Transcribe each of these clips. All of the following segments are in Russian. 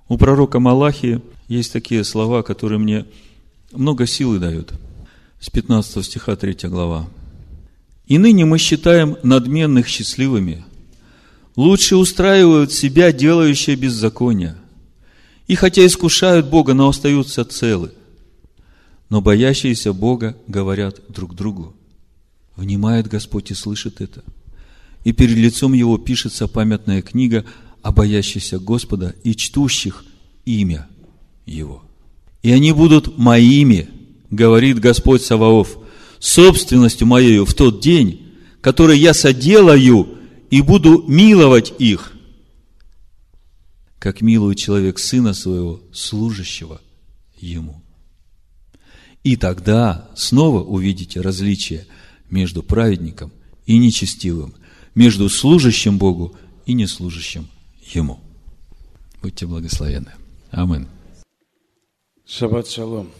У пророка Малахии есть такие слова, которые мне много силы дают. С 15 стиха 3 глава. «И ныне мы считаем надменных счастливыми, лучше устраивают себя делающие беззаконие, и хотя искушают Бога, но остаются целы. Но боящиеся Бога говорят друг другу. Внимает Господь и слышит это. И перед лицом Его пишется памятная книга о боящихся Господа и чтущих имя Его. И они будут моими, говорит Господь Саваоф, собственностью моею в тот день, который я соделаю, и буду миловать их, как милует человек сына своего, служащего ему. И тогда снова увидите различие между праведником и нечестивым, между служащим Богу и неслужащим Ему. Будьте благословенны. Аминь. Шаббат шалом.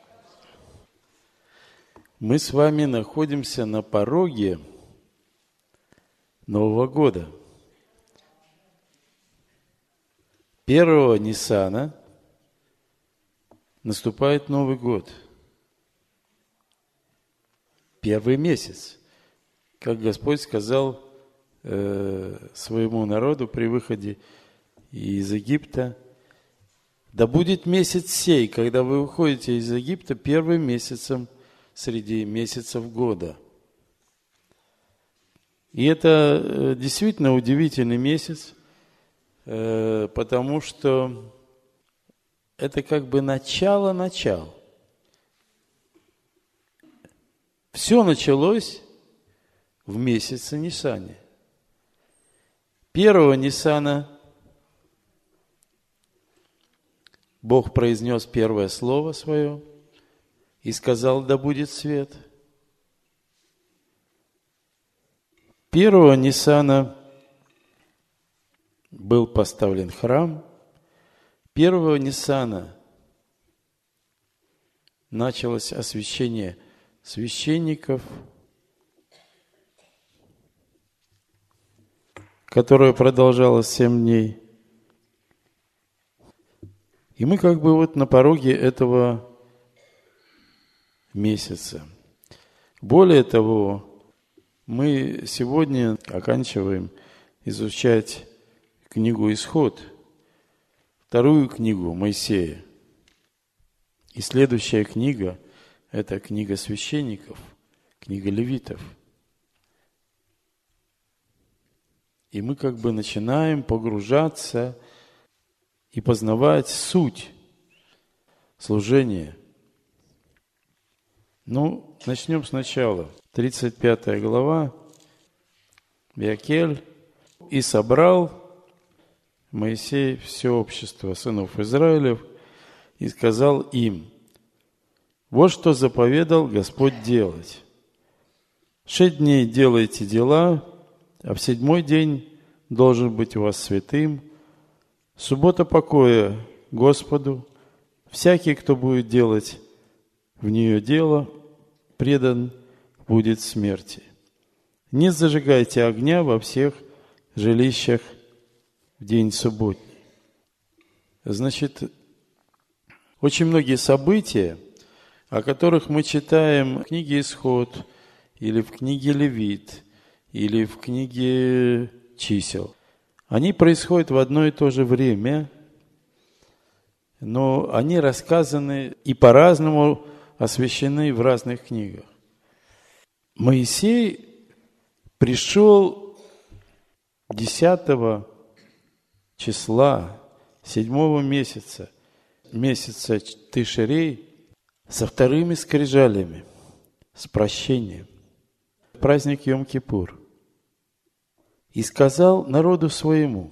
Мы с вами находимся на пороге Нового года. 1 Ниссана наступает Новый год. Первый месяц. Как Господь сказал своему народу при выходе из Египта, да будет месяц сей, когда вы выходите из Египта, первым месяцем среди месяцев года. И это действительно удивительный месяц, потому что это как бы начало. Все началось в месяце Ниссане. 1 Ниссана Бог произнес первое слово свое и сказал: да будет свет. 1 Ниссана был поставлен храм. 1 Ниссана началось освящение священников, которое продолжалось 7 дней. И мы как бы вот на пороге этого месяца. Более того, мы сегодня оканчиваем изучать книгу «Исход», вторую книгу Моисея. И следующая книга – это книга священников, книга левитов. И мы как бы начинаем погружаться и познавать суть служения. Ну, начнем сначала. 35 глава. Виакель. «И собрал Моисей все общество сынов Израилев и сказал им: вот что заповедал Господь делать. 6 дней делайте дела, а в 7-й день должен быть у вас святым. Суббота покоя Господу. Всякий, кто будет делать в нее дело, предан будет смерти. Не зажигайте огня во всех жилищах в день субботний». Значит, очень многие события, о которых мы читаем в книге «Исход», или в книге «Левит», или в книге «Чисел», они происходят в одно и то же время, но они рассказаны и по-разному освящены в разных книгах. Моисей пришел 10 числа 7 месяца Тишрей со 2 скрижалями, с прощением, праздник Йом-Кипур, и сказал народу своему: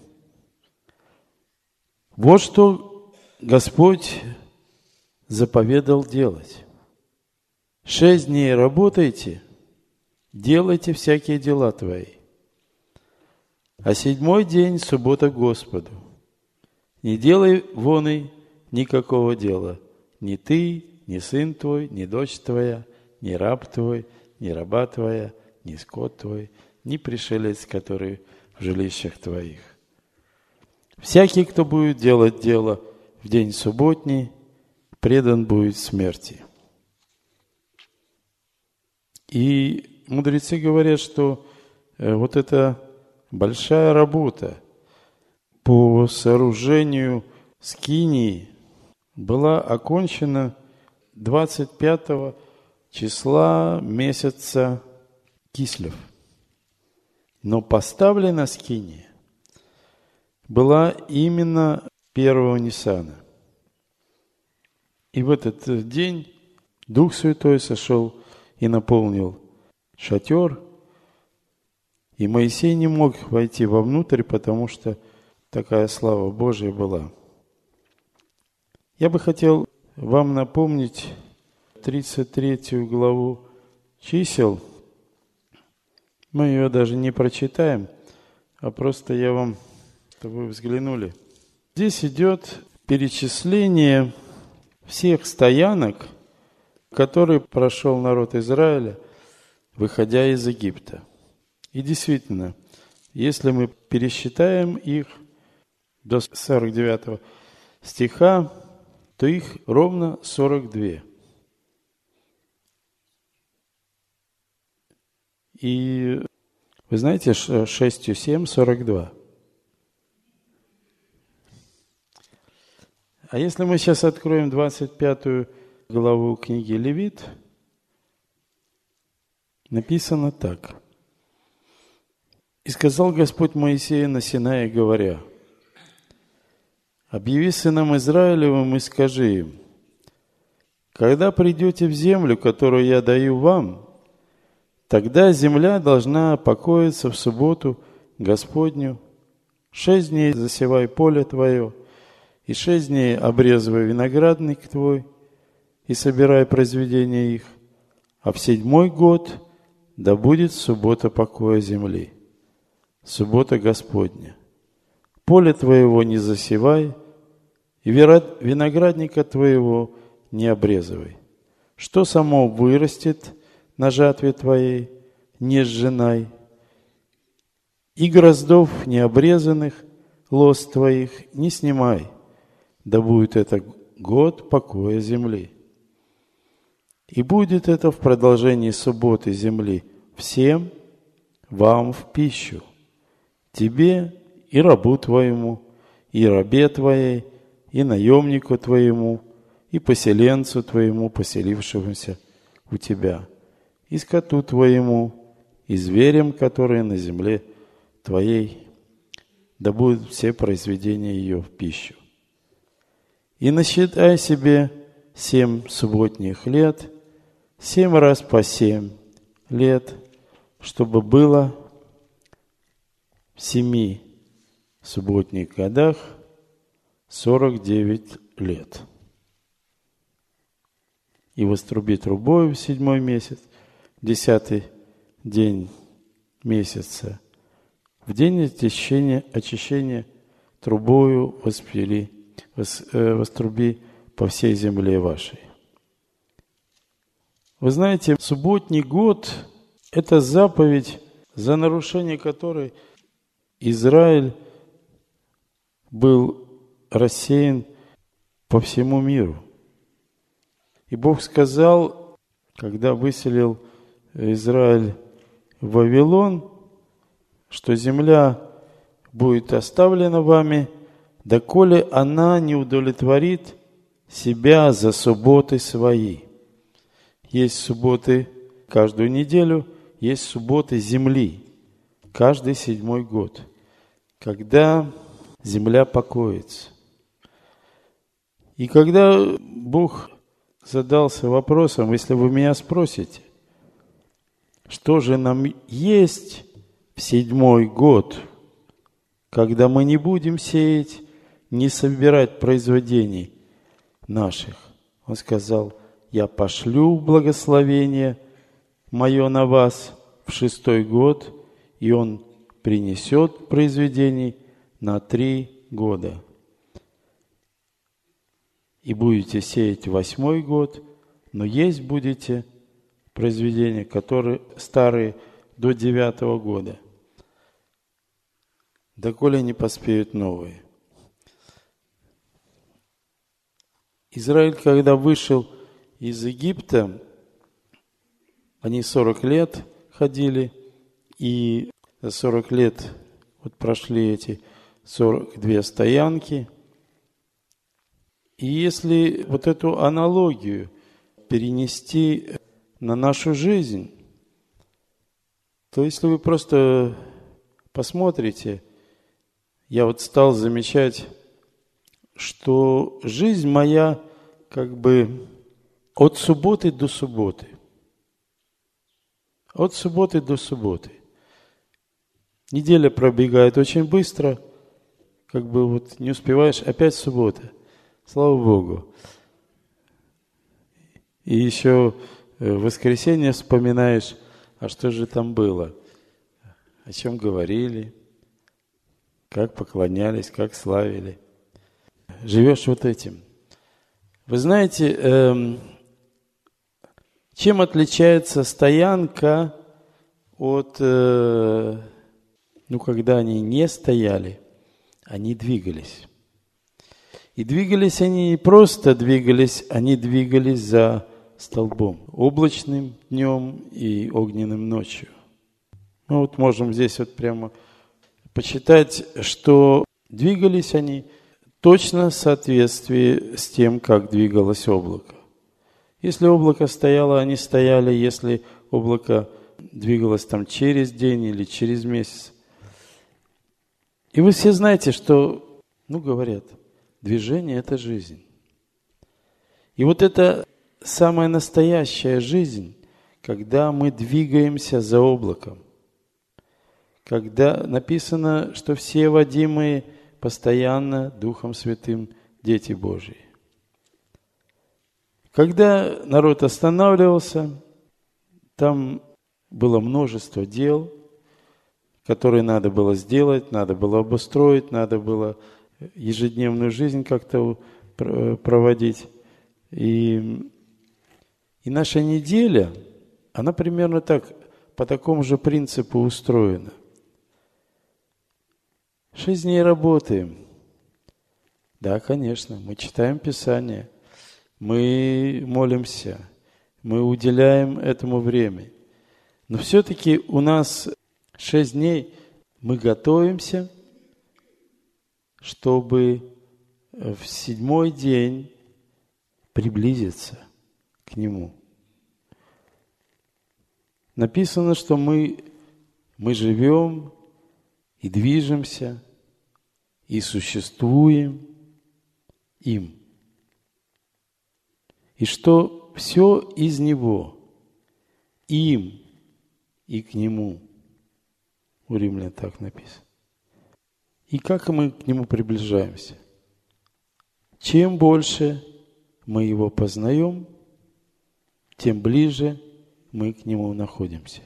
вот что Господь заповедал делать. 6 дней работайте, делайте всякие дела твои. А 7-й день – суббота Господу. Не делай воной никакого дела. Ни ты, ни сын твой, ни дочь твоя, ни раб твой, ни раба твоя, ни скот твой, ни пришелец, который в жилищах твоих. Всякий, кто будет делать дело в день субботний, предан будет смерти. И мудрецы говорят, что вот эта большая работа по сооружению скинии была окончена 25 числа месяца Кислев. Но поставлена скиния была именно 1 Ниссана. И в этот день Дух Святой сошел и наполнил шатер, и Моисей не мог войти вовнутрь, потому что такая слава Божья была. Я бы хотел вам напомнить 33 главу чисел. Мы ее даже не прочитаем, а просто я вам, чтобы вы взглянули. Здесь идет перечисление всех стоянок, которые прошел народ Израиля, выходя из Египта. И действительно, если мы пересчитаем их до 49 стиха, то их ровно 42. И вы знаете, 6 и 7 – 42. А если мы сейчас откроем 25 главу книги Левит, написано так. «И сказал Господь Моисею на Синае, говоря: объяви сынам Израилевым и скажи им: когда придете в землю, которую я даю вам, тогда земля должна покоиться в субботу Господню. 6 дней засевай поле твое, и 6 дней обрезывай виноградник твой, и собирай произведения их, а в 7-й год да будет суббота покоя земли, суббота Господня. Поле твоего не засевай, и виноградника твоего не обрезывай. Что само вырастет на жатве твоей, не сжинай, и гроздов необрезанных лоз твоих не снимай, да будет это год покоя земли. И будет это в продолжении субботы земли всем вам в пищу, тебе и рабу твоему, и рабе твоей, и наемнику твоему, и поселенцу твоему, поселившемуся у тебя, и скоту твоему, и зверям, которые на земле твоей, да будут все произведения ее в пищу. И насчитай себе 7 субботних лет, 7 раз по 7 лет, чтобы было в 7 субботних годах 49 лет. И воструби трубою в 7-й месяц, 10-й день месяца, в день очищения трубою воструби по всей земле вашей. Вы знаете, субботний год – это заповедь, за нарушение которой Израиль был рассеян по всему миру. И Бог сказал, когда выселил Израиль в Вавилон, что земля будет оставлена вами, доколе она не удовлетворит себя за субботы свои. Есть субботы каждую неделю, есть субботы земли, каждый 7-й год, когда земля покоится. И когда Бог задался вопросом, если вы меня спросите, что же нам есть в 7-й год, когда мы не будем сеять, не собирать произведений наших, Он сказал: я пошлю благословение мое на вас в 6-й год, и Он принесет произведений на 3 года. И будете сеять в 8-й год, но есть будете произведения, которые старые до 9-го года, доколе не поспеют новые. Израиль, когда вышел из Египта, они 40 лет ходили, и за 40 лет вот прошли эти 42 стоянки. И если вот эту аналогию перенести на нашу жизнь, то если вы просто посмотрите, я вот стал замечать, что жизнь моя как бы от субботы до субботы. От субботы до субботы. Неделя пробегает очень быстро, как бы вот не успеваешь, опять суббота. Слава Богу. И еще в воскресенье вспоминаешь, а что же там было, о чем говорили, как поклонялись, как славили. Живешь вот этим. Вы знаете, чем отличается стоянка от, когда они не стояли, они двигались. И двигались они не просто двигались, они двигались за столбом, облачным днем и огненным ночью. Мы вот можем здесь вот прямо почитать, что двигались они точно в соответствии с тем, как двигалось облако. Если облако стояло, они стояли, если облако двигалось там через день или через месяц. И вы все знаете, что, говорят, движение – это жизнь. И вот это самая настоящая жизнь, когда мы двигаемся за облаком. Когда написано, что все водимые постоянно Духом Святым дети Божьи. Когда народ останавливался, там было множество дел, которые надо было сделать, надо было обустроить, надо было ежедневную жизнь как-то проводить. И наша неделя, она примерно так, по такому же принципу устроена. 6 дней работаем. Да, конечно, мы читаем Писание, мы молимся, мы уделяем этому время. Но все-таки у нас 6 дней мы готовимся, чтобы в 7-й день приблизиться к Нему. Написано, что мы живем и движемся, и существуем им. И что все из Него, им и к Нему. У римлян так написано. И как мы к Нему приближаемся? Чем больше мы Его познаем, тем ближе мы к Нему находимся.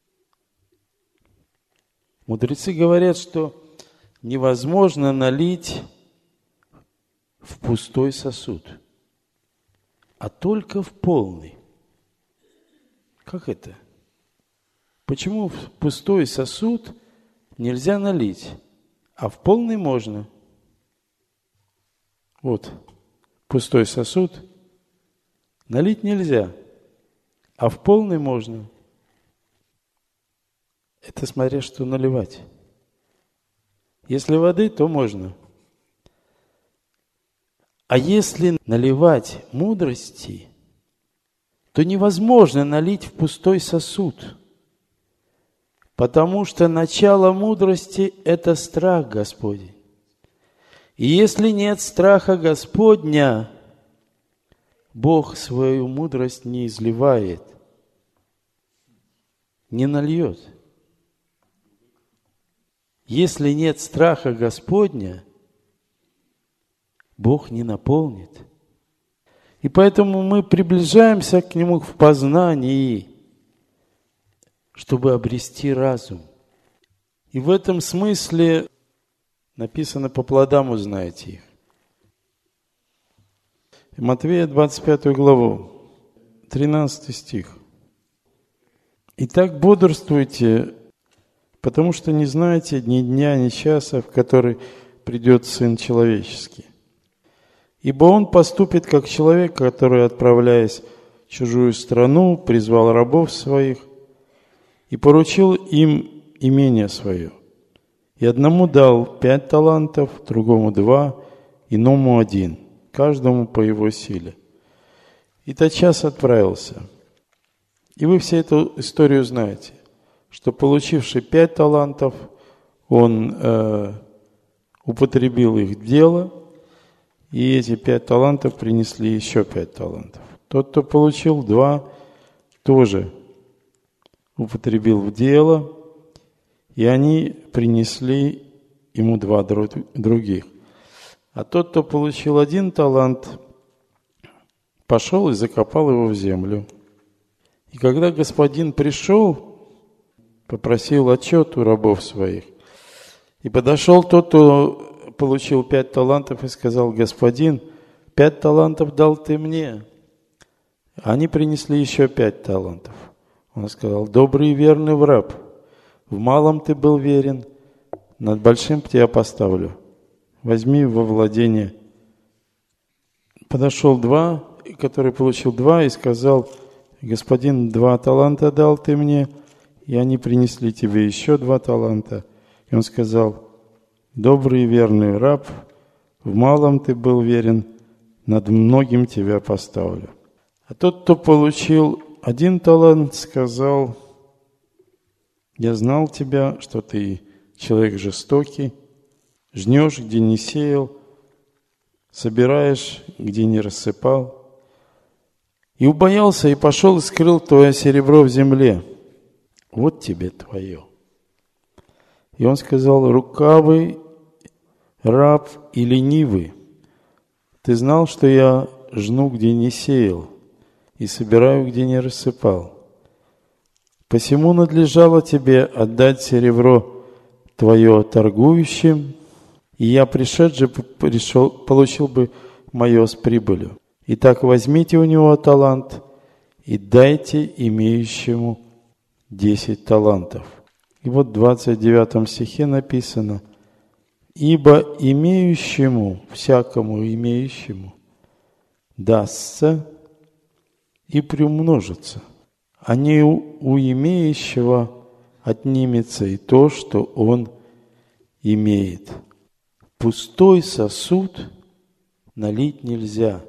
Мудрецы говорят, что невозможно налить в пустой сосуд, а только в полный. Как это? Почему в пустой сосуд нельзя налить, а в полный можно? Вот, пустой сосуд налить нельзя, а в полный можно. Это смотря что наливать. Если воды, то можно. А если наливать мудрости, то невозможно налить в пустой сосуд. Потому что начало мудрости – это страх Господень. И если нет страха Господня, Бог свою мудрость не изливает, не нальет. Если нет страха Господня, Бог не наполнит. И поэтому мы приближаемся к Нему в познании, чтобы обрести разум. И в этом смысле написано: по плодам узнаете их. Матвея 25 главу, 13 стих. «Итак, бодрствуйте, потому что не знаете ни дня, ни часа, в который придет Сын Человеческий. Ибо он поступит как человек, который, отправляясь в чужую страну, призвал рабов своих и поручил им имение свое. И одному дал 5 талантов, другому 2, иному 1, каждому по его силе. И тотчас отправился. И вы все эту историю знаете, что получивший 5 талантов, он употребил их в дело, и эти 5 талантов принесли еще 5 талантов. Тот, кто получил 2, тоже употребил в дело, и они принесли ему 2 других. А тот, кто получил 1 талант, пошел и закопал его в землю. И когда господин пришел, попросил отчет у рабов своих, и подошел тот, кто получил 5 талантов, и сказал: господин, 5 талантов дал ты мне. Они принесли еще 5 талантов. Он сказал: добрый и верный раб, в малом ты был верен, над большим тебя поставлю. Возьми во владение. Подошел 2, который получил 2, и сказал: господин, 2 таланта дал ты мне, и они принесли тебе еще 2 таланта. И он сказал: добрый и верный раб, в малом ты был верен, над многим тебя поставлю. А тот, кто получил 1 талант, сказал: я знал тебя, что ты человек жестокий, жнешь, где не сеял, собираешь, где не рассыпал. И убоялся, и пошел, и скрыл твое серебро в земле. Вот тебе твое. И он сказал: рукавый раб и ленивый, ты знал, что я жну, где не сеял, и собираю, где не рассыпал. Посему надлежало тебе отдать серебро твое торгующим, и я, пришедший, получил бы мое с прибылью. Итак, возьмите у него талант и дайте имеющему 10 талантов. И вот в 29 стихе написано: ибо имеющему, всякому имеющему, дастся и приумножится, а не у имеющего отнимется и то, что он имеет. Пустой сосуд налить нельзя,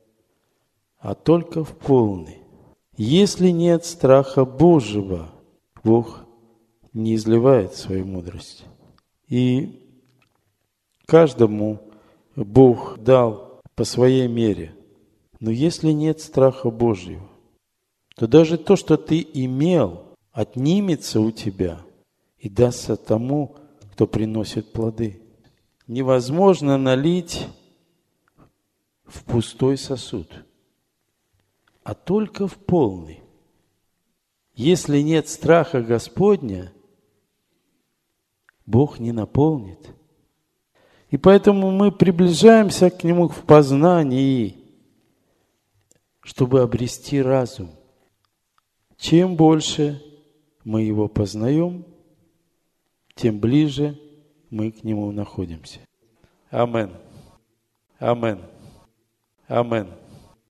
а только в полный. Если нет страха Божьего, Бог не изливает свою мудрость. И каждому Бог дал по своей мере. Но если нет страха Божьего, то даже то, что ты имел, отнимется у тебя и дастся тому, кто приносит плоды. Невозможно налить в пустой сосуд, а только в полный. Если нет страха Господня, Бог не наполнит. И поэтому мы приближаемся к Нему в познании, чтобы обрести разум. Чем больше мы Его познаем, тем ближе мы к Нему находимся. Амин. Амин. Амин.